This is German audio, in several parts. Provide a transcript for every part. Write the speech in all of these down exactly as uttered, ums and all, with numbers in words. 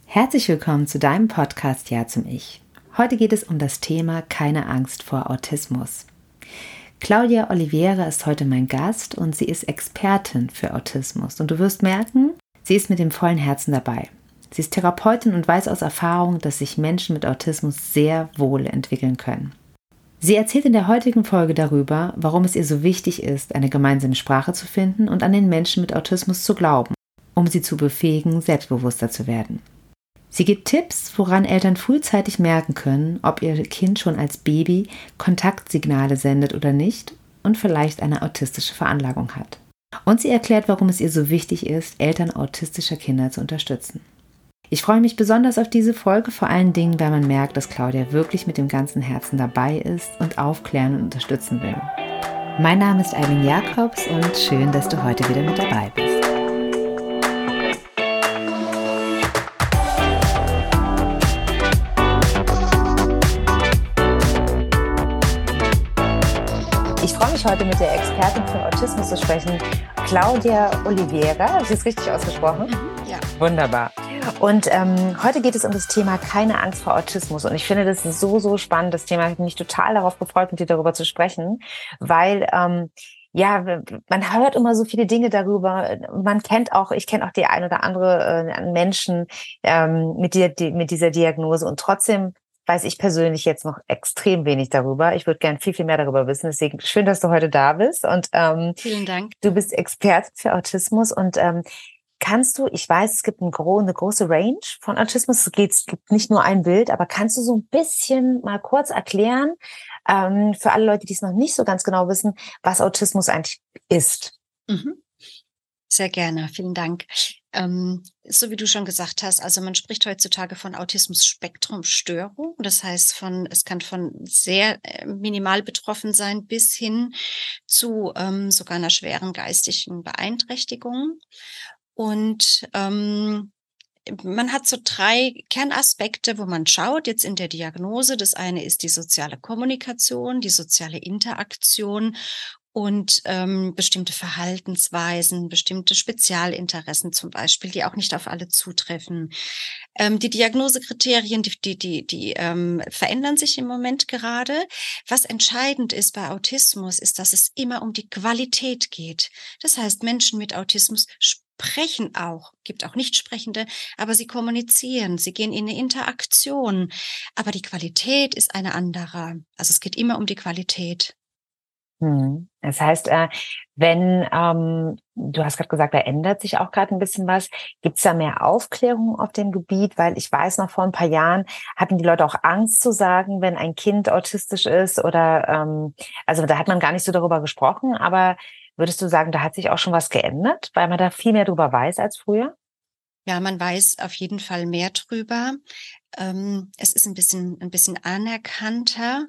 Herzlich willkommen zu deinem Podcast Ja zum Ich. Heute geht es um das Thema Keine Angst vor Autismus. Claudia Oliveira ist heute mein Gast und sie ist Expertin für Autismus. Und du wirst merken, sie ist mit dem vollen Herzen dabei. Sie ist Therapeutin und weiß aus Erfahrung, dass sich Menschen mit Autismus sehr wohl entwickeln können. Sie erzählt in der heutigen Folge darüber, warum es ihr so wichtig ist, eine gemeinsame Sprache zu finden und an den Menschen mit Autismus zu glauben, um sie zu befähigen, selbstbewusster zu werden. Sie gibt Tipps, woran Eltern frühzeitig merken können, ob ihr Kind schon als Baby Kontaktsignale sendet oder nicht und vielleicht eine autistische Veranlagung hat. Und sie erklärt, warum es ihr so wichtig ist, Eltern autistischer Kinder zu unterstützen. Ich freue mich besonders auf diese Folge, vor allen Dingen, weil man merkt, dass Claudia wirklich mit dem ganzen Herzen dabei ist und aufklären und unterstützen will. Mein Name ist Eileen Jakobs und schön, dass du heute wieder mit dabei bist. Ich freue mich heute mit der Expertin für Autismus zu sprechen, Claudia Oliveira. Habe ich das richtig ausgesprochen? Mhm, ja. Wunderbar. Und ähm, heute geht es um das Thema Keine Angst vor Autismus. Und ich finde, das ist so, so spannend, das Thema. Ich habe mich total darauf gefreut, mit dir darüber zu sprechen, weil ähm, ja, man hört immer so viele Dinge darüber. Man kennt auch, ich kenne auch die ein oder andere äh, Menschen ähm, mit, die, die, mit dieser Diagnose. Und trotzdem weiß ich persönlich jetzt noch extrem wenig darüber. Ich würde gern viel, viel mehr darüber wissen. Deswegen schön, dass du heute da bist. Und ähm, vielen Dank. Du bist Expertin für Autismus und ähm, kannst du, ich weiß, es gibt ein gro- eine große Range von Autismus. Es geht, es gibt nicht nur ein Bild, aber kannst du so ein bisschen mal kurz erklären, ähm, für alle Leute, die es noch nicht so ganz genau wissen, was Autismus eigentlich ist? Mhm. Sehr gerne, vielen Dank. Ähm, so wie du schon gesagt hast, also man spricht heutzutage von Autismus-Spektrum-Störung. Das heißt, von es kann von sehr äh, minimal betroffen sein bis hin zu ähm, sogar einer schweren geistigen Beeinträchtigung. Und ähm, man hat so drei Kernaspekte, wo man schaut jetzt in der Diagnose. Das eine ist die soziale Kommunikation, die soziale Interaktion und ähm, bestimmte Verhaltensweisen, bestimmte Spezialinteressen zum Beispiel, die auch nicht auf alle zutreffen. Ähm, die Diagnosekriterien, die, die, die, die ähm, verändern sich im Moment gerade. Was entscheidend ist bei Autismus, ist, dass es immer um die Qualität geht. Das heißt, Menschen mit Autismus sprechen auch, gibt auch Nichtsprechende, aber sie kommunizieren, sie gehen in eine Interaktion. Aber die Qualität ist eine andere. Also es geht immer um die Qualität. Hm. Das heißt, äh, wenn, ähm, du hast gerade gesagt, da ändert sich auch gerade ein bisschen was. Gibt es da mehr Aufklärung auf dem Gebiet? Weil ich weiß noch, vor ein paar Jahren hatten die Leute auch Angst zu sagen, wenn ein Kind autistisch ist oder, ähm, also da hat man gar nicht so darüber gesprochen, aber würdest du sagen, da hat sich auch schon was geändert, weil man da viel mehr drüber weiß als früher? Ja, man weiß auf jeden Fall mehr drüber. Ähm, es ist ein bisschen, ein bisschen anerkannter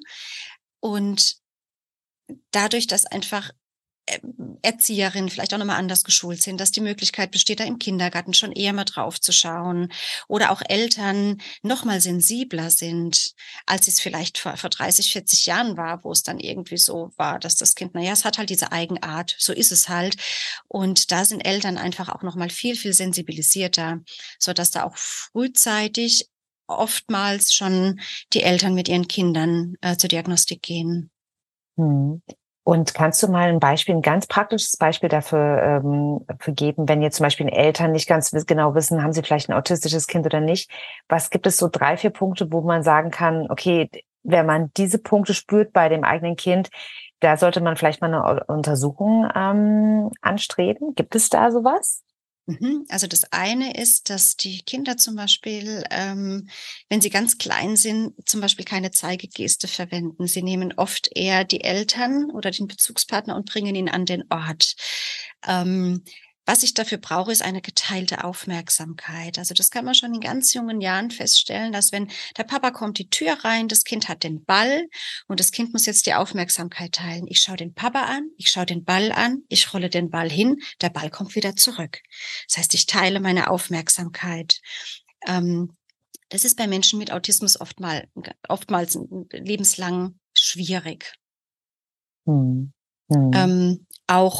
und dadurch, dass einfach ähm, Erzieherinnen vielleicht auch nochmal anders geschult sind, dass die Möglichkeit besteht, da im Kindergarten schon eher mal drauf zu schauen oder auch Eltern nochmal sensibler sind, als es vielleicht vor, vor dreißig, vierzig Jahren war, wo es dann irgendwie so war, dass das Kind, naja, es hat halt diese Eigenart, so ist es halt. Und da sind Eltern einfach auch nochmal viel, viel sensibilisierter, sodass da auch frühzeitig oftmals schon die Eltern mit ihren Kindern äh, zur Diagnostik gehen. Hm. Und kannst du mal ein Beispiel, ein ganz praktisches Beispiel dafür ähm, für geben, wenn jetzt zum Beispiel Eltern nicht ganz genau wissen, haben sie vielleicht ein autistisches Kind oder nicht? Was gibt es so drei, vier Punkte, wo man sagen kann, okay, wenn man diese Punkte spürt bei dem eigenen Kind, da sollte man vielleicht mal eine Untersuchung ähm, anstreben? Gibt es da sowas? Mhm. Also das eine ist, dass die Kinder zum Beispiel, ähm, wenn sie ganz klein sind, zum Beispiel keine Zeigegeste verwenden. Sie nehmen oft eher die Eltern oder den Bezugspartner und bringen ihn an den Ort. Ähm, Was ich dafür brauche, ist eine geteilte Aufmerksamkeit. Also das kann man schon in ganz jungen Jahren feststellen, dass wenn der Papa kommt die Tür rein, das Kind hat den Ball und das Kind muss jetzt die Aufmerksamkeit teilen. Ich schaue den Papa an, ich schaue den Ball an, ich rolle den Ball hin, der Ball kommt wieder zurück. Das heißt, ich teile meine Aufmerksamkeit. Ähm, das ist bei Menschen mit Autismus oftmals, oftmals lebenslang schwierig. Hm. Hm. Ähm, auch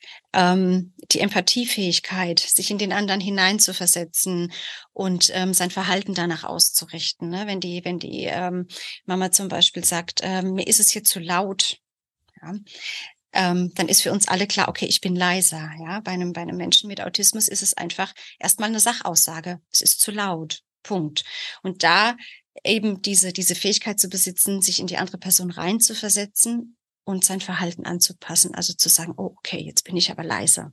ähm, die Empathiefähigkeit, sich in den anderen hineinzuversetzen und ähm, sein Verhalten danach auszurichten. Ne? Wenn die, wenn die ähm, Mama zum Beispiel sagt, ähm, mir ist es hier zu laut, ja, ähm, dann ist für uns alle klar, okay, ich bin leiser. Ja, bei einem, bei einem Menschen mit Autismus ist es einfach erstmal eine Sachaussage. Es ist zu laut. Punkt. Und da eben diese, diese Fähigkeit zu besitzen, sich in die andere Person reinzuversetzen und sein Verhalten anzupassen. Also zu sagen, oh, okay, jetzt bin ich aber leiser.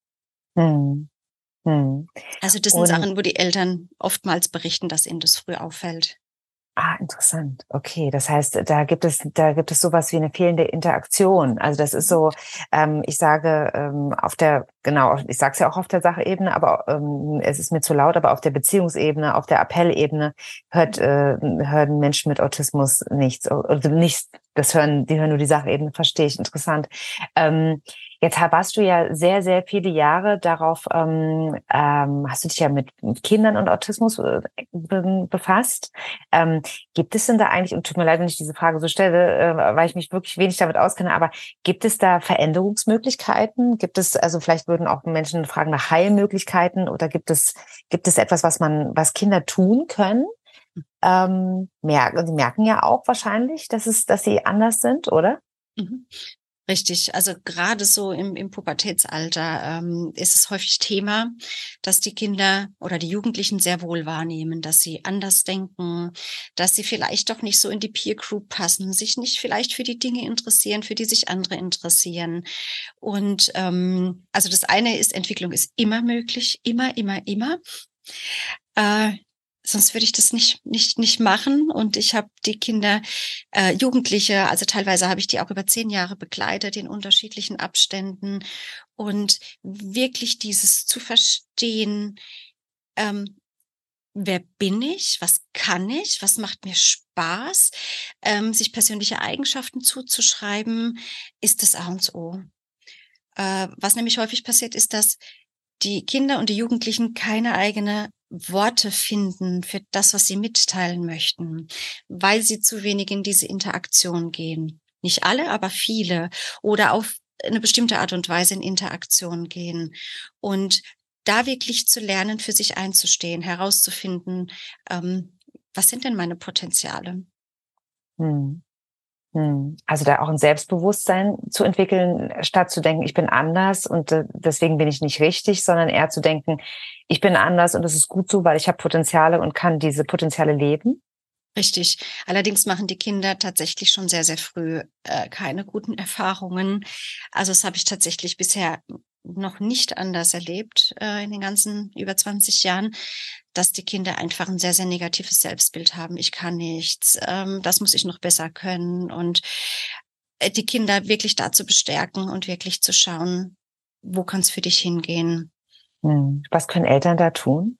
Hm. Hm. Also das sind Und Sachen, wo die Eltern oftmals berichten, dass ihnen das früh auffällt. Ah, interessant. Okay, das heißt, da gibt es, da gibt es sowas wie eine fehlende Interaktion. Also das ist so, ähm, ich sage ähm, auf der, genau, ich sage es ja auch auf der Sachebene, aber ähm, es ist mir zu laut, aber auf der Beziehungsebene, auf der Appellebene hört äh, hören Menschen mit Autismus nichts oder nichts. Das hören, die hören nur die Sachebene. Verstehe ich. Interessant. Ähm, Jetzt warst du ja sehr, sehr viele Jahre darauf, ähm, ähm, hast du dich ja mit Kindern und Autismus äh, be- befasst. Ähm, Gibt es denn da eigentlich, und tut mir leid, wenn ich diese Frage so stelle, äh, weil ich mich wirklich wenig damit auskenne, aber gibt es da Veränderungsmöglichkeiten? Gibt es, also vielleicht würden auch Menschen fragen nach Heilmöglichkeiten, oder gibt es, gibt es etwas, was man, was Kinder tun können? Ähm, merken, sie merken ja auch wahrscheinlich, dass es, dass sie anders sind, oder? Mhm. Richtig, also gerade so im, im Pubertätsalter ähm, ist es häufig Thema, dass die Kinder oder die Jugendlichen sehr wohl wahrnehmen, dass sie anders denken, dass sie vielleicht doch nicht so in die Peer Group passen, sich nicht vielleicht für die Dinge interessieren, für die sich andere interessieren. Und ähm, also das eine ist, Entwicklung ist immer möglich, immer, immer, immer. Äh, Sonst würde ich das nicht nicht nicht machen. Und ich habe die Kinder, äh, Jugendliche, also teilweise habe ich die auch über zehn Jahre begleitet in unterschiedlichen Abständen. Und wirklich dieses zu verstehen, ähm, wer bin ich? Was kann ich? Was macht mir Spaß? Ähm, sich persönliche Eigenschaften zuzuschreiben, ist das A und das O. Äh, was nämlich häufig passiert, ist, dass die Kinder und die Jugendlichen keine eigene Worte finden für das, was sie mitteilen möchten, weil sie zu wenig in diese Interaktion gehen. Nicht alle, aber viele. Oder auf eine bestimmte Art und Weise in Interaktion gehen. Und da wirklich zu lernen, für sich einzustehen, herauszufinden, ähm, was sind denn meine Potenziale? Hm. Hm. Also da auch ein Selbstbewusstsein zu entwickeln, statt zu denken, ich bin anders und äh, deswegen bin ich nicht richtig, sondern eher zu denken, ich bin anders und es ist gut so, weil ich habe Potenziale und kann diese Potenziale leben. Richtig. Allerdings machen die Kinder tatsächlich schon sehr, sehr früh äh, keine guten Erfahrungen. Also das habe ich tatsächlich bisher noch nicht anders erlebt äh, in den ganzen über zwanzig Jahren, dass die Kinder einfach ein sehr, sehr negatives Selbstbild haben. Ich kann nichts, ähm, das muss ich noch besser können. Und äh, die Kinder wirklich dazu bestärken und wirklich zu schauen, wo kann es für dich hingehen. Hm. Was können Eltern da tun?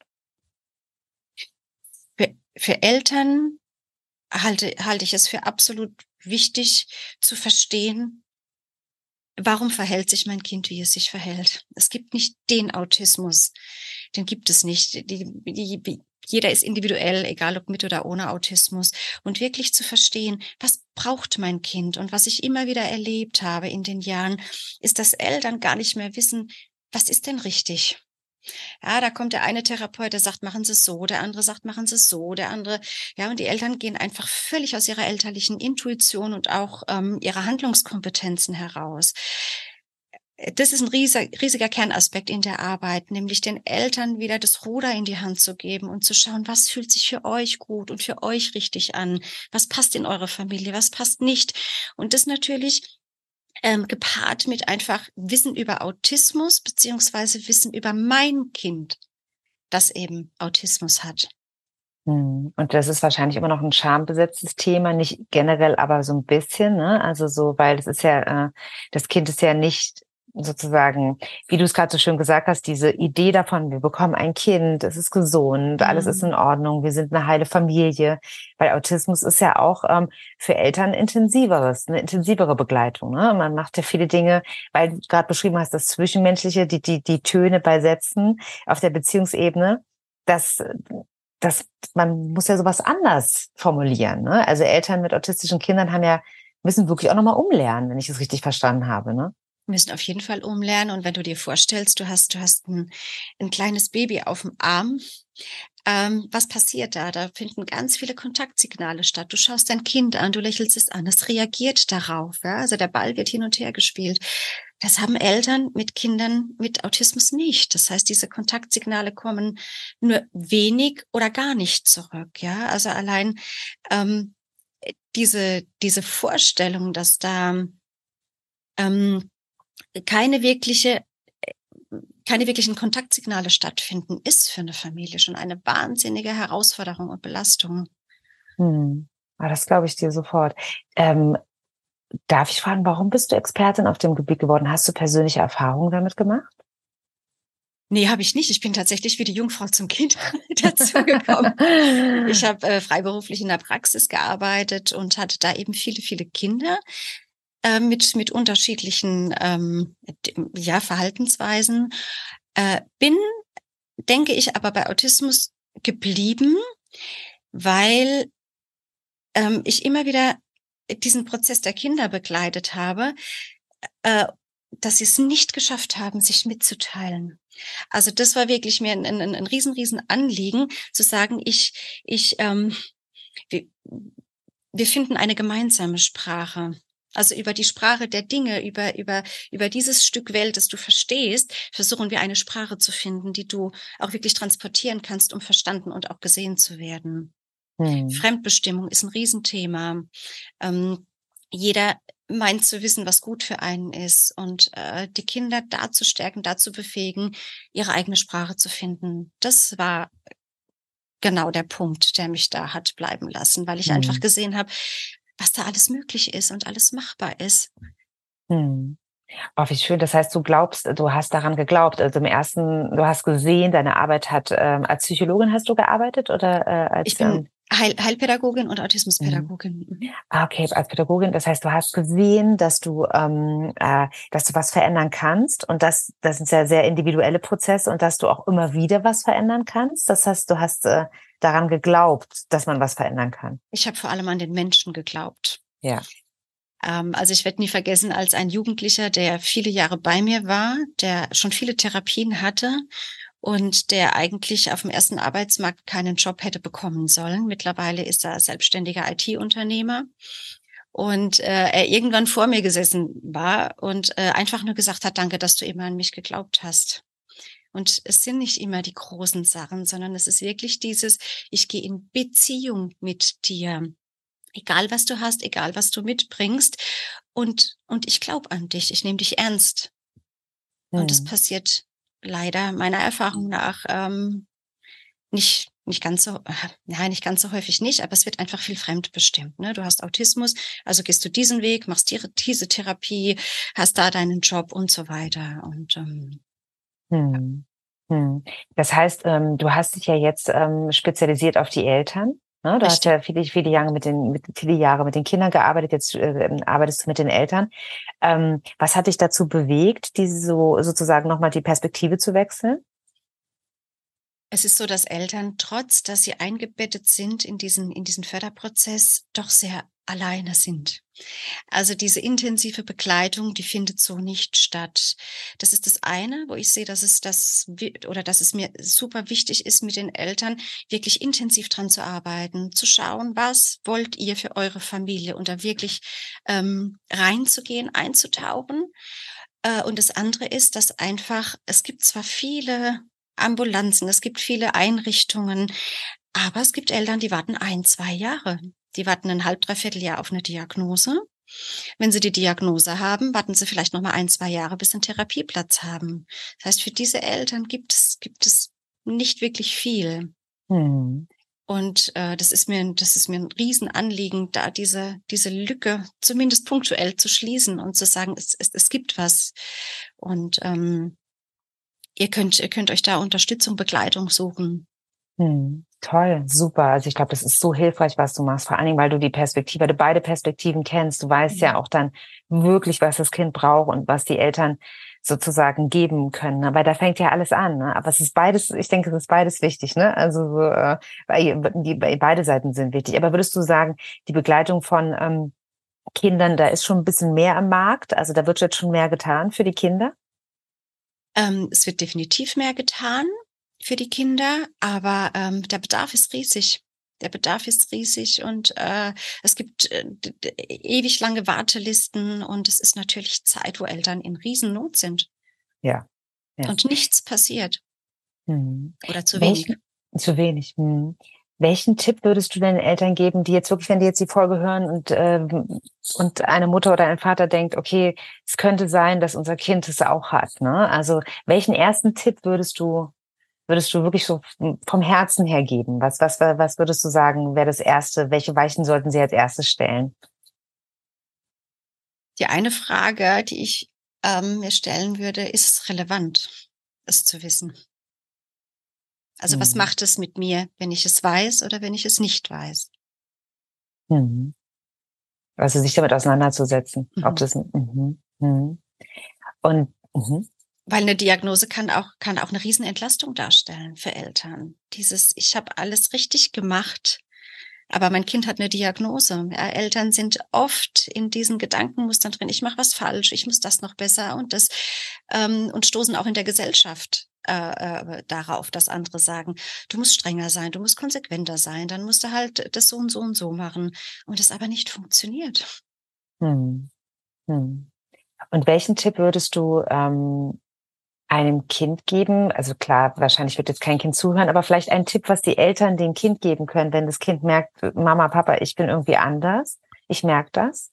Für, für Eltern halte, halte ich es für absolut wichtig zu verstehen, warum verhält sich mein Kind, wie es sich verhält. Es gibt nicht den Autismus, den gibt es nicht. Die, die, die, jeder ist individuell, egal ob mit oder ohne Autismus. Und wirklich zu verstehen, was braucht mein Kind? Und was ich immer wieder erlebt habe in den Jahren, ist, dass Eltern gar nicht mehr wissen, was ist denn richtig? Ja, da kommt der eine Therapeut, der sagt, machen Sie es so, der andere sagt, machen Sie es so, der andere, ja, und die Eltern gehen einfach völlig aus ihrer elterlichen Intuition und auch ähm, ihrer Handlungskompetenzen heraus. Das ist ein riesiger, riesiger Kernaspekt in der Arbeit, nämlich den Eltern wieder das Ruder in die Hand zu geben und zu schauen, was fühlt sich für euch gut und für euch richtig an, was passt in eure Familie, was passt nicht. Und das natürlich ähm, gepaart mit einfach Wissen über Autismus beziehungsweise Wissen über mein Kind, das eben Autismus hat. Hm. Und das ist wahrscheinlich immer noch ein schambesetztes Thema, nicht generell, aber so ein bisschen, ne? Also so, weil es ist ja, äh, das Kind ist ja nicht sozusagen, wie du es gerade so schön gesagt hast, diese Idee davon, wir bekommen ein Kind, es ist gesund, alles ist in Mhm. Ordnung, wir sind eine heile Familie, weil Autismus ist ja auch ähm, für Eltern intensiveres, eine intensivere Begleitung, ne? Man macht ja viele Dinge, weil du gerade beschrieben hast, das Zwischenmenschliche, die, die, die Töne bei Sätzen auf der Beziehungsebene, das das, man muss ja sowas anders formulieren, ne? Also Eltern mit autistischen Kindern haben ja, müssen wirklich auch nochmal umlernen, wenn ich es richtig verstanden habe, ne? müssen auf jeden Fall umlernen. Und wenn du dir vorstellst, du hast, du hast ein, ein kleines Baby auf dem Arm, ähm, was passiert da? Da finden ganz viele Kontaktsignale statt. Du schaust dein Kind an, du lächelst es an, es reagiert darauf. Ja? Also der Ball wird hin und her gespielt. Das haben Eltern mit Kindern mit Autismus nicht. Das heißt, diese Kontaktsignale kommen nur wenig oder gar nicht zurück. Ja, also allein ähm, diese diese Vorstellung, dass da ähm, keine wirkliche keine wirklichen Kontaktsignale stattfinden, ist für eine Familie schon eine wahnsinnige Herausforderung und Belastung. Hm. Ah, das glaube ich dir sofort. Ähm, darf ich fragen, warum bist du Expertin auf dem Gebiet geworden? Hast du persönliche Erfahrungen damit gemacht? Nee, habe ich nicht. Ich bin tatsächlich wie die Jungfrau zum Kind dazugekommen. Ich habe äh, freiberuflich in der Praxis gearbeitet und hatte da eben viele, viele Kinder äh, mit mit unterschiedlichen ähm, ja, Verhaltensweisen. Äh, bin, denke ich, aber bei Autismus geblieben, weil ähm, ich immer wieder diesen Prozess der Kinder begleitet habe, äh, dass sie es nicht geschafft haben, sich mitzuteilen. Also das war wirklich mir ein, ein, ein riesen, riesen Anliegen, zu sagen, ich, ich, ähm, wir, wir finden eine gemeinsame Sprache. Also über die Sprache der Dinge, über, über, über dieses Stück Welt, das du verstehst, versuchen wir eine Sprache zu finden, die du auch wirklich transportieren kannst, um verstanden und auch gesehen zu werden. Hm. Fremdbestimmung ist ein Riesenthema. Ähm, jeder meint zu wissen, was gut für einen ist, und äh, die Kinder da zu stärken, da zu befähigen, ihre eigene Sprache zu finden. Das war genau der Punkt, der mich da hat bleiben lassen, weil ich einfach Hm. gesehen habe, was da alles möglich ist und alles machbar ist. Hm. Oh, wie schön. Das heißt, du glaubst, du hast daran geglaubt. Also im ersten, du hast gesehen, deine Arbeit hat, ähm, als Psychologin hast du gearbeitet oder äh, Ich als ähm, bin Heil Heilpädagogin und mhm. Autismuspädagogin. Mhm. Ah, okay, als Pädagogin. Das heißt, du hast gesehen, dass du, ähm, äh, dass du was verändern kannst, und das, das sind ja sehr individuelle Prozesse, und dass du auch immer wieder was verändern kannst. Das heißt, du hast äh, daran geglaubt, dass man was verändern kann. Ich habe vor allem an den Menschen geglaubt. Ja. Ähm, also ich werde nie vergessen, als ein Jugendlicher, der viele Jahre bei mir war, der schon viele Therapien hatte und der eigentlich auf dem ersten Arbeitsmarkt keinen Job hätte bekommen sollen. Mittlerweile ist er selbstständiger I T-Unternehmer. Und äh, er irgendwann vor mir gesessen war und äh, einfach nur gesagt hat, danke, dass du immer an mich geglaubt hast. Und es sind nicht immer die großen Sachen, sondern es ist wirklich dieses, ich gehe in Beziehung mit dir. Egal, was du hast, egal, was du mitbringst. Und, und ich glaube an dich, ich nehme dich ernst. Und das Hm. passiert leider meiner Erfahrung nach ähm, nicht, nicht ganz so, äh, nein, nicht ganz so häufig nicht, aber es wird einfach viel fremdbestimmt. Ne? Du hast Autismus, also gehst du diesen Weg, machst die, diese Therapie, hast da deinen Job und so weiter. Und ähm, Hm. Hm. Das heißt, ähm, du hast dich ja jetzt ähm, spezialisiert auf die Eltern. Ne? Du hast richtig. ja viele, viele Jahre mit den, mit, viele Jahre mit den Kindern gearbeitet. Jetzt äh, arbeitest du mit den Eltern. Ähm, was hat dich dazu bewegt, diese so sozusagen nochmal die Perspektive zu wechseln? Es ist so, dass Eltern, trotz dass sie eingebettet sind in diesen, in diesen Förderprozess, doch sehr alleine sind. Also diese intensive Begleitung, die findet so nicht statt. Das ist das eine, wo ich sehe, dass es das wi- oder dass es mir super wichtig ist, mit den Eltern wirklich intensiv dran zu arbeiten, zu schauen, was wollt ihr für eure Familie, und da wirklich ähm, reinzugehen, einzutauchen. Äh, und das andere ist, dass einfach, es gibt zwar viele Ambulanzen, es gibt viele Einrichtungen, aber es gibt Eltern, die warten ein, zwei Jahre. Die warten ein halb, dreiviertel Jahr auf eine Diagnose. Wenn sie die Diagnose haben, warten sie vielleicht noch mal ein, zwei Jahre, bis sie 'n Therapieplatz haben. Das heißt, für diese Eltern gibt es gibt es nicht wirklich viel. Hm. Und, äh, das ist mir 'n das ist mir 'n Riesenanliegen, da diese diese Lücke zumindest punktuell zu schließen und zu sagen: „Es es es gibt was.“ Und, ähm, ihr könnt ihr könnt euch da Unterstützung, Begleitung suchen. Hm. Toll, super. Also ich glaube, das ist so hilfreich, was du machst. Vor allen Dingen, weil du die Perspektive, weil du beide Perspektiven kennst. Du weißt ja Mhm. auch dann wirklich, was das Kind braucht und was die Eltern sozusagen geben können. Aber da fängt ja alles an. Ne? Aber es ist beides, ich denke, es ist beides wichtig. Ne? Also so, äh, weil die, beide Seiten sind wichtig. Aber würdest du sagen, die Begleitung von ähm, Kindern, da ist schon ein bisschen mehr am Markt? Also da wird jetzt schon mehr getan für die Kinder? Ähm, es wird definitiv mehr getan für die Kinder, aber ähm, der Bedarf ist riesig. Der Bedarf ist riesig und äh, es gibt äh, d- d- ewig lange Wartelisten und es ist natürlich Zeit, wo Eltern in Riesennot sind Ja, ja. und nichts passiert Mhm. oder zu wenig. Welchen, zu wenig. Mhm. Welchen Tipp würdest du den Eltern geben, die jetzt wirklich, wenn die jetzt die Folge hören und, ähm, und eine Mutter oder ein Vater denkt, okay, es könnte sein, dass unser Kind es auch hat, ne? Also, welchen ersten Tipp würdest du, würdest du wirklich so vom Herzen her geben? Was, was, was würdest du sagen, wäre das Erste? Welche Weichen sollten sie als erstes stellen? Die eine Frage, die ich ähm, mir stellen würde, ist es relevant, es zu wissen? Also was Mhm. macht es mit mir, wenn ich es weiß oder wenn ich es nicht weiß? Mhm. Also, sich damit auseinanderzusetzen, ob Mhm. das, mhm. Mhm. Und, mhm. Weil eine Diagnose kann auch kann auch eine Riesenentlastung darstellen für Eltern. Dieses: „Ich habe alles richtig gemacht, aber mein Kind hat eine Diagnose." Ja, Eltern sind oft in diesen Gedankenmustern drin: „Ich mache was falsch, ich muss das noch besser und das", ähm, und stoßen auch in der Gesellschaft, äh, äh, darauf, dass andere sagen: „Du musst strenger sein, du musst konsequenter sein, dann musst du halt das so und so und so machen." Und das aber nicht funktioniert. Mhm. Mhm. Und welchen Tipp würdest du, ähm, einem Kind geben? Also klar, wahrscheinlich wird jetzt kein Kind zuhören, aber vielleicht ein Tipp, was die Eltern dem Kind geben können, wenn das Kind merkt: „Mama, Papa, ich bin irgendwie anders. Ich merke das.“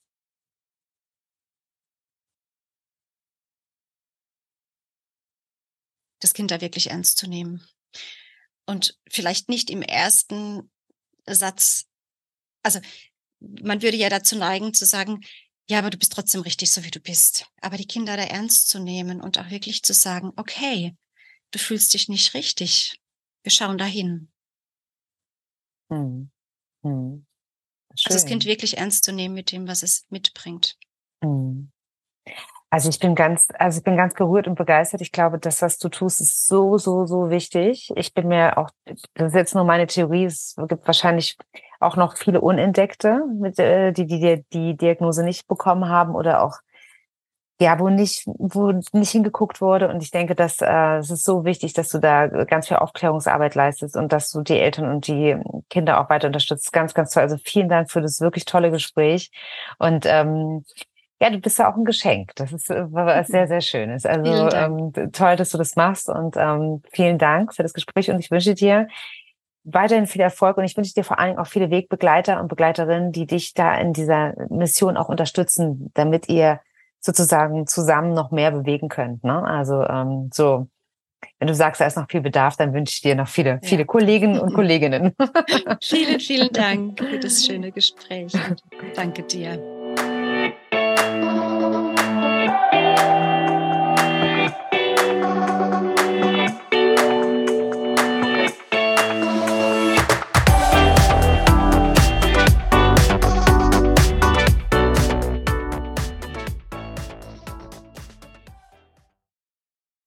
Das Kind da wirklich ernst zu nehmen und vielleicht nicht im ersten Satz, also, man würde ja dazu neigen zu sagen: „Ja, aber du bist trotzdem richtig, so wie du bist." Aber die Kinder da ernst zu nehmen und auch wirklich zu sagen: „Okay, du fühlst dich nicht richtig. Wir schauen dahin." Mhm. Mhm. Also, das Kind Schön. wirklich ernst zu nehmen mit dem, was es mitbringt. Mhm. Also, ich bin ganz also, ich bin ganz gerührt und begeistert. Ich glaube, das, was du tust, ist so, so, so wichtig. Ich bin mir auch, das ist jetzt nur meine Theorie, es gibt wahrscheinlich auch noch viele Unentdeckte, mit, äh, die die die die Diagnose nicht bekommen haben oder auch, ja, wo nicht wo nicht hingeguckt wurde. Und ich denke, dass, äh, es ist so wichtig, dass du da ganz viel Aufklärungsarbeit leistest und dass du die Eltern und die Kinder auch weiter unterstützt. Ganz, ganz toll. Also, vielen Dank für das wirklich tolle Gespräch und, ähm ja, du bist ja auch ein Geschenk. Das ist, äh, was sehr, Mhm. sehr Schönes. Also, Vielen Dank. ähm, d toll, dass du das machst und, ähm, vielen Dank für das Gespräch und ich wünsche dir weiterhin viel Erfolg und ich wünsche dir vor allen Dingen auch viele Wegbegleiter und Begleiterinnen, die dich da in dieser Mission auch unterstützen, damit ihr sozusagen zusammen noch mehr bewegen könnt, ne? Also, ähm, so, wenn du sagst, da ist noch viel Bedarf, dann wünsche ich dir noch viele, viele Ja. Kollegen und Kolleginnen. Vielen, vielen Dank für das schöne Gespräch und danke dir.